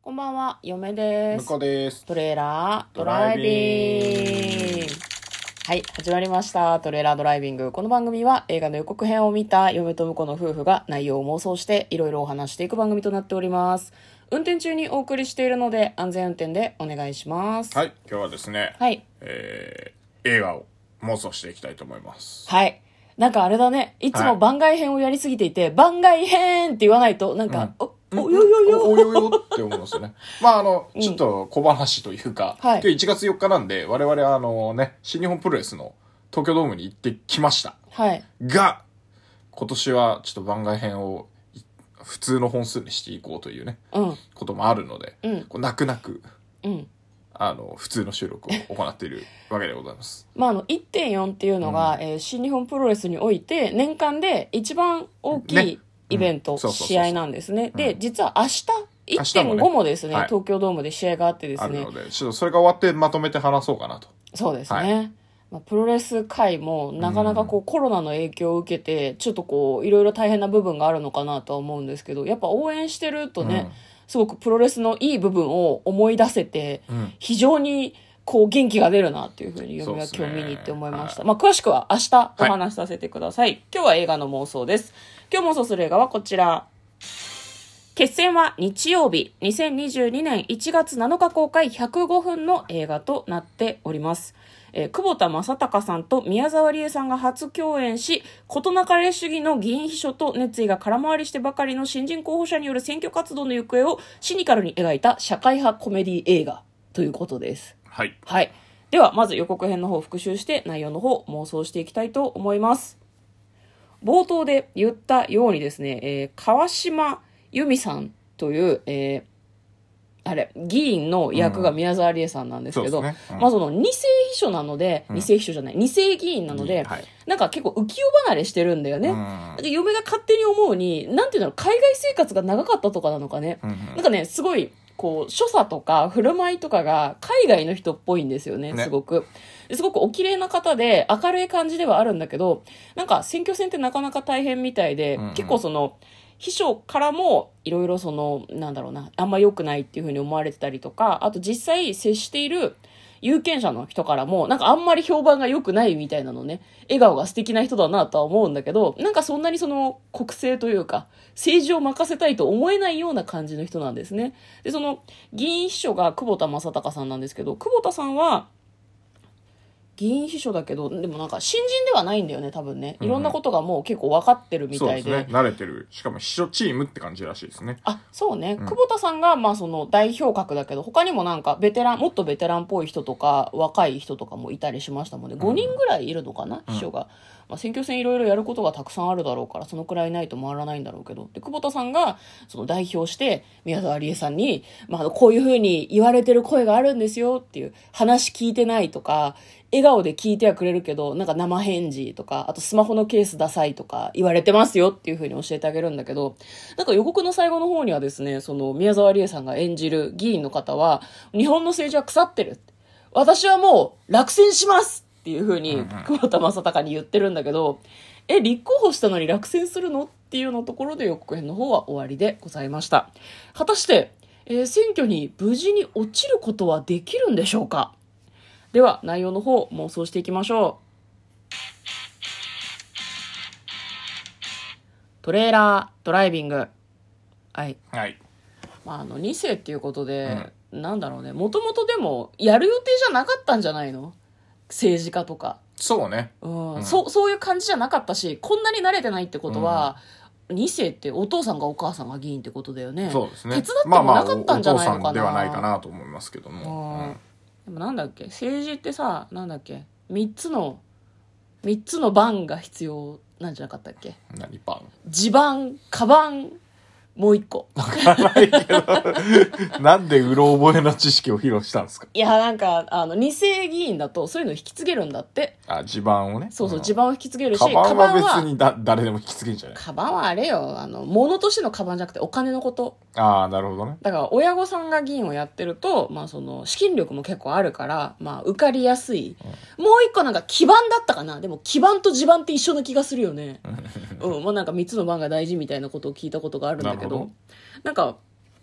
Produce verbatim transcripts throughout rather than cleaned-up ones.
こんばんは、嫁です。 向こうです。 トレーラードライビング。はい、始まりました。トレーラードライビング。この番組は映画の予告編を見た嫁と婿の夫婦が内容を妄想していろいろお話していく番組となっております。運転中にお送りしているので安全運転でお願いします。 はい、今日はですね、 はい、 えー、映画を妄想していきたいと思います。 はい。なんかあれだね、いつも番外編をやりすぎていて、はい、番外編って言わないとなんか、うん、おおよよよおよよって思いますよね。まああの、ちょっと小話というか、うん、今日いちがつよっかなんで我々はあのね、新日本プロレスの東京ドームに行ってきました。 はい。 が今年はちょっと番外編を普通の本数にしていこうというね、うん、こともあるので、うん、こう泣く泣く、うん、あの普通の収録を行っているわけでございます。 まあ、あの いってんよん っていうのが、うん、えー、新日本プロレスにおいて年間で一番大きいイベント、試合なんですね。で、実は明日 いってんご もですね、はい、東京ドームで試合があってですね。 あるので、ちょっとそれが終わってまとめて話そうかなと。 そうですね。はい、まあ、プロレス界もなかなかこう、うん、コロナの影響を受けて、ちょっとこう、いろいろ大変な部分があるのかなとは思うんですけど、やっぱ応援してるとね、うん、すごくプロレスのいい部分を思い出せて、うん、非常にこう元気が出るなっていうふうに嫁は今日見に行って思いました。ね、まあ詳しくは明日お話しさせてください。はい、今日は映画の妄想です。今日妄想する映画はこちら。決戦は日曜日、にせんにじゅうにねんいちがつなのか公開ひゃくごふんの映画となっております。えー、久保田正孝さんと宮沢りえさんが初共演し、事なかれ主義の議員秘書と熱意が空回りしてばかりの新人候補者による選挙活動の行方をシニカルに描いた社会派コメディ映画ということです。 はい。 はい。では、まず予告編の方を復習して内容の方妄想していきたいと思います。冒頭で言ったようにですね、えー、川島由美さんという、えー、あれ、議員の役が宮沢りえさんなんですけど、うんねうん、まあその二世秘書なので、うん、二世秘書じゃない、二世議員なので、はい、なんか結構浮世離れしてるんだよね。うん、で嫁が勝手に思うに、なんていうの、海外生活が長かったとかなのかね。うんうん、なんかね、すごい、こう、所作とか振る舞いとかが海外の人っぽいんですよね、すごく。ね、すごくお綺麗な方で明るい感じではあるんだけど、なんか選挙戦ってなかなか大変みたいで、うんうん、結構その、秘書からもいろいろそのなんだろうなあんま良くないっていう風に思われてたりとか、あと実際接している有権者の人からもなんかあんまり評判が良くないみたいなのね。笑顔が素敵な人だなとは思うんだけど、なんかそんなにその国政というか政治を任せたいと思えないような感じの人なんですね。でその議員秘書が久保田正孝さんなんですけど、久保田さんは議員秘書だけど、でもなんか新人ではないんだよね、多分ね。いろんなことがもう結構分かってるみたいで。 そうですね。慣れてる。しかも秘書チームって感じらしいですね。 あ、そうね。うん、久保田さんが、まあその代表格だけど、他にもなんかベテラン、もっとベテランっぽい人とか、若い人とかもいたりしましたもんね。ごにんぐらいいるのかな、うん、秘書が。まあ選挙戦いろいろやることがたくさんあるだろうから、そのくらいないと回らないんだろうけど。で、久保田さんが、その代表して、宮沢りえさんに、まあこういう風に言われてる声があるんですよっていう、話聞いてないとか、笑顔で聞いてはくれるけど、なんか生返事とか、あとスマホのケースダサいとか言われてますよっていう風に教えてあげるんだけど、なんか予告の最後の方にはですね、その宮沢りえさんが演じる議員の方は、日本の政治は腐ってる。私はもう落選しますっていう風に久保田正孝に言ってるんだけど、え、立候補したのに落選するのっていうのところで予告編の方は終わりでございました。果たして、えー、選挙に無事に落ちることはできるんでしょうか？では内容の方妄想していきましょう。トレーラードライビング。はい。 はい。 まあ、あのに世っていうことで、うん、なんだろうね。もともとでもやる予定じゃなかったんじゃないの？政治家とか。 そうね。 うん。うん、そう、そういう感じじゃなかったし、こんなに慣れてないってことは、うん、に世ってお父さんがお母さんが議員ってことだよね。 そうですね。 手伝ってもなかったんじゃないのかな。まあまあ、お父さんではないかなと思いますけども。 うんでもなんだっけ、政治ってさ、なんだっけ、三つの三つの番が必要なんじゃなかったっけ？ 何番？ 地盤、カバン、もう一個。 わからないけど、なんでうろ覚えの知識を披露したんですか？ いや、なんか、あの、二世議員だとそういうの引き継げるんだって。 あ、地盤をね。 そうそう、地盤を引き継げるし、 カバンは別にだ誰でも引き継げるんじゃない？ カバンはあれよ、あの、物としてのカバンじゃなくてお金のこと。 ああ、なるほどね。 だから、親御さんが議員をやってると、まあ、その、資金力も結構あるから、まあ、受かりやすい。うん、もう一個なんか、基盤だったかな。でも、基盤と地盤って一緒な気がするよね。うん、もうなんか三つの番が大事みたいなことを聞いたことがあるんだけど、どなんか、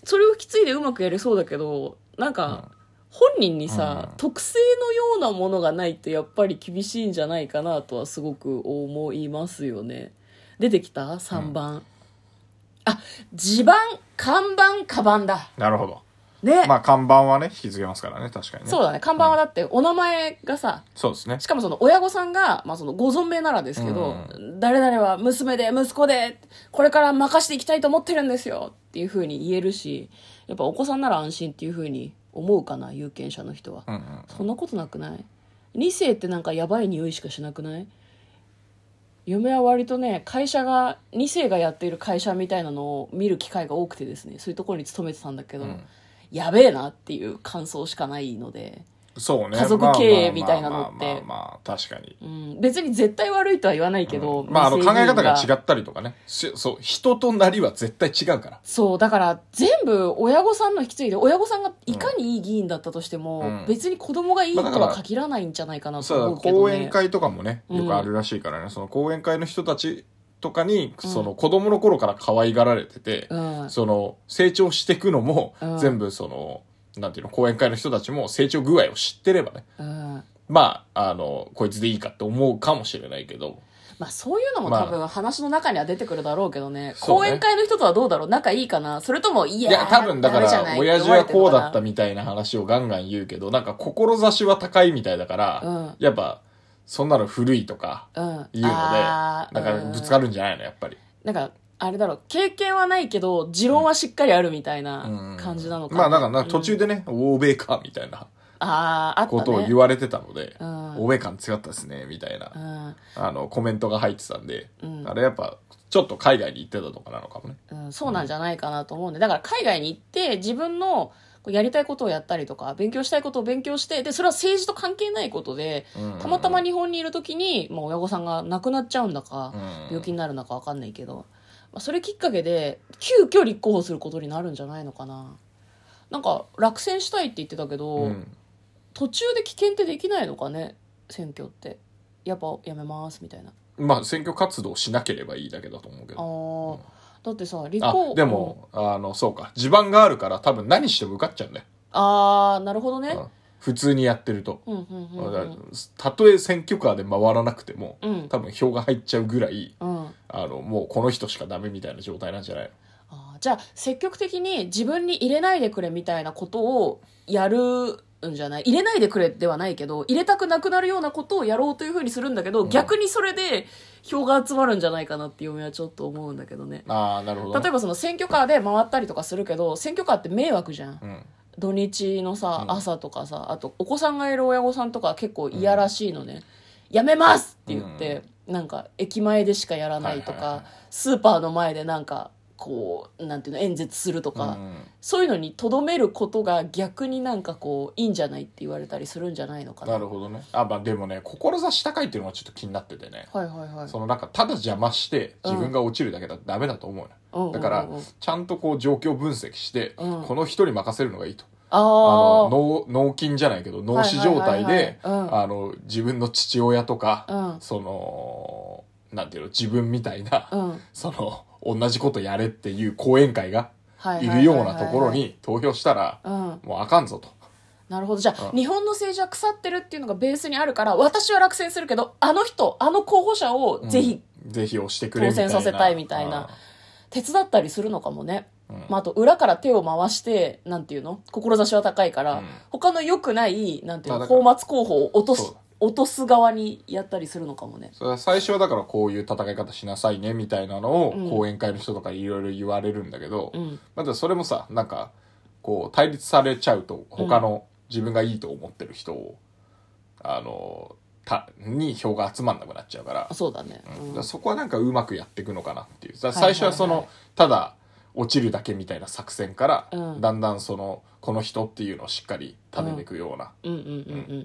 それを引き継いでうまくやれそうだけど、なんか、うん本人にさ、うん、特性のようなものがないとやっぱり厳しいんじゃないかなとはすごく思いますよね。出てきた ?さん 番、うん、あ、地盤、看板、カバンだ。 なるほどね。 まあ看板はね引き継げますからね、確かにね。 そうだね、看板はだってお名前がさ、 うん、そうですね。 しかもその親御さんが、まあそのご存命ならですけど、うん、誰々は娘で息子でこれから任していきたいと思ってるんですよっていう風に言えるし、やっぱお子さんなら安心っていう風に思うかな、有権者の人は、うんうんうん、そんなことなくない？に世ってなんかやばい匂いしかしなくない？嫁は割とね、会社がに世がやっている会社みたいなのを見る機会が多くてですね、そういうところに勤めてたんだけど、うん、やべえなっていう感想しかないので。 そうね、 家族経営みたいなのって、 まあまあまあ、まあまあ、確かに、 うん、別に絶対悪いとは言わないけど、うん、 まああの考え方が違ったりとかね、そう人となりは絶対違うから。 そうだから全部親御さんの引き継いで、親御さんがいかにいい議員だったとしても、うん、別に子供がいいとは限らないんじゃないかなと思うけどね。 講演会とかもねよくあるらしいからね、うん、その講演会の人たちとかに、その子供の頃から可愛がられてて、うん、その成長していくのも、うん、全部そのなんていうの、講演会の人たちも成長具合を知ってればね、うん、まああのこいつでいいかって思うかもしれないけど、 まあそういうのも多分話の中には出てくるだろうけどね、まあ、講演会の人とはどうだろう、仲いいかな、それともいや、 いや多分だから親父はこうだったみたいな話をガンガン言うけど、なんか志は高いみたいだから、うん、やっぱそんなの古いとか言うので、うん、なんかぶつかるんじゃないのやっぱり。 なんかあれだろう、経験はないけど持論はしっかりあるみたいな感じなのかな、 うん、まあだから途中でね、うん、欧米かみたいなああことを言われてたので、うん、欧米感強かったですねみたいな、うん、あのコメントが入ってたんで、うん、あれやっぱちょっと海外に行ってたとかなのかもね、 うん、そうなんじゃないかなと思うんで、だから海外に行って自分のやりたいことをやったりとか勉強したいことを勉強して、でそれは政治と関係ないことで、うんうん、たまたま日本にいる時にもう親御さんが亡くなっちゃうんだか、うん、病気になるんだか分かんないけど、まあ、それきっかけで急遽立候補することになるんじゃないのかな。なんか落選したいって言ってたけど、うん、途中で棄権ってできないのかね、選挙って。やっぱやめますみたいな。 まあ選挙活動しなければいいだけだと思うけど。 あ、うん、だってさ立候補でも、うん、あのそうか、地盤があるから多分何しても受かっちゃうんだよ。 ああなるほどね、うん、 普通にやってると、 うんうんうんうん、 たとえ選挙カーで回らなくても、うん、多分票が入っちゃうぐらい、うん、あのもうこの人しかダメみたいな状態なんじゃないの。 あ、じゃあ積極的に自分に入れないでくれみたいなことをやるんじゃない？入れないでくれではないけど入れたくなくなるようなことをやろうというふうにするんだけど、うん、逆にそれで票が集まるんじゃないかなって嫁はちょっと思うんだけどね。 あー、なるほど、ね、 例えばその選挙カーで回ったりとかするけど、選挙カーって迷惑じゃん、うん、土日のさ、うん、朝とかさ、あとお子さんがいる親御さんとか結構嫌らしいのね、うん、やめますって言って、うん、なんか駅前でしかやらないとか、はいはいはい、スーパーの前でなんかこうなんていうの演説するとか、うん、そういうのにとどめることが逆になんかこういいんじゃないって言われたりするんじゃないのかな。 なるほどね。あ、まあ、でもね志高いっていうのがちょっと気になっててね、 はいはいはい、 そのなんかただ邪魔して自分が落ちるだけだとダメだと思うの、うん、だからちゃんとこう状況分析して、うん、この人に任せるのがいいと。あの 脳, 脳筋じゃないけど脳死状態で自分の父親とか、うん、そのなんていうの自分みたいな、うん、その同じことやれっていう講演会がいるようなところに投票したらもうあかんぞと。 なるほど。じゃあ、うん、日本の政治は腐ってるっていうのがベースにあるから、私は落選するけどあの人あの候補者をぜひ、 うん、ぜひ押してくれみたいな、当選させたいみたいな、手伝ったりするのかもね、うん、まあ、あと裏から手を回してなんていうの志は高いから、うん、他の良くないなんていうの泡沫候補を落とす落とす側にやったりするのかもね。 それは最初はだからこういう戦い方しなさいねみたいなのを講演会の人とかいろいろ言われるんだけど、うん、またそれもさなんかこう対立されちゃうと他の自分がいいと思ってる人を、うん、あのたに票が集まんなくなっちゃうから、 そうだね、 うん、だからそこはなんかうまくやっていくのかなっていう。最初はその、はいはいはい、ただ落ちるだけみたいな作戦から、うん、だんだんそのこの人っていうのをしっかり食べていくような、うんうんうんうん、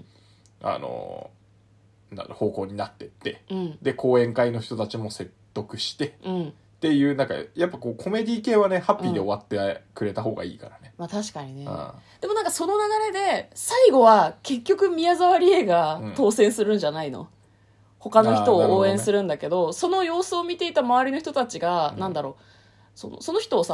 あの方向になってって、うん、で講演会の人たちも説得して、うん、っていうなんかやっぱこうコメディ系はねハッピーで終わってくれた方がいいからね、 うん、まあ確かにね、うん、でもなんかその流れで最後は結局宮沢りえが当選するんじゃないの、うん、他の人を応援するんだけど、ね、その様子を見ていた周りの人たちが、うん、なんだろうその、その人をさ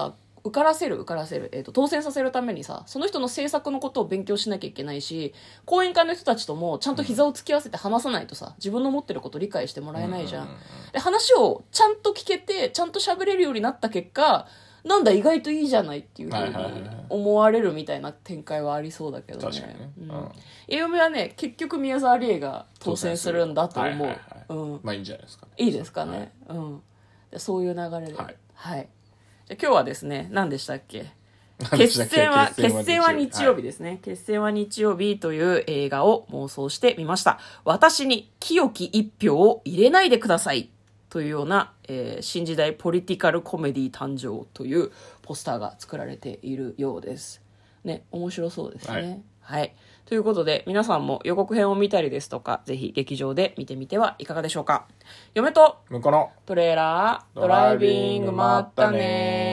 受からせる受からせる、えーと、当選させるためにさ、その人の政策のことを勉強しなきゃいけないし、講演会の人たちともちゃんと膝を突き合わせて話さないとさ、自分の持ってることを理解してもらえないじゃん。で、話をちゃんと聞けて、ちゃんと喋れるようになった結果、なんだ意外といいじゃないっていうふうに思われるみたいな展開はありそうだけどね。 確かにね。うん。 え嫁はね、結局宮沢りえが当選するんだと思う。はいはいはい、 うん。まあいいんじゃないですかね。 いいですかね。はい、うん。でそういう流れで。はい。はい。じゃ今日はですね、何でしたっけ？決戦は、決戦は日曜日ですね。はい、決戦は日曜日という映画を妄想してみました。私に清き一票を入れないでください。というような、えー、新時代ポリティカルコメディ誕生というポスターが作られているようです。ね、面白そうですね。はい。はい。ということで、皆さんも予告編を見たりですとか、ぜひ劇場で見てみてはいかがでしょうか。嫁と向こうのトレーラードライビング、まったねー。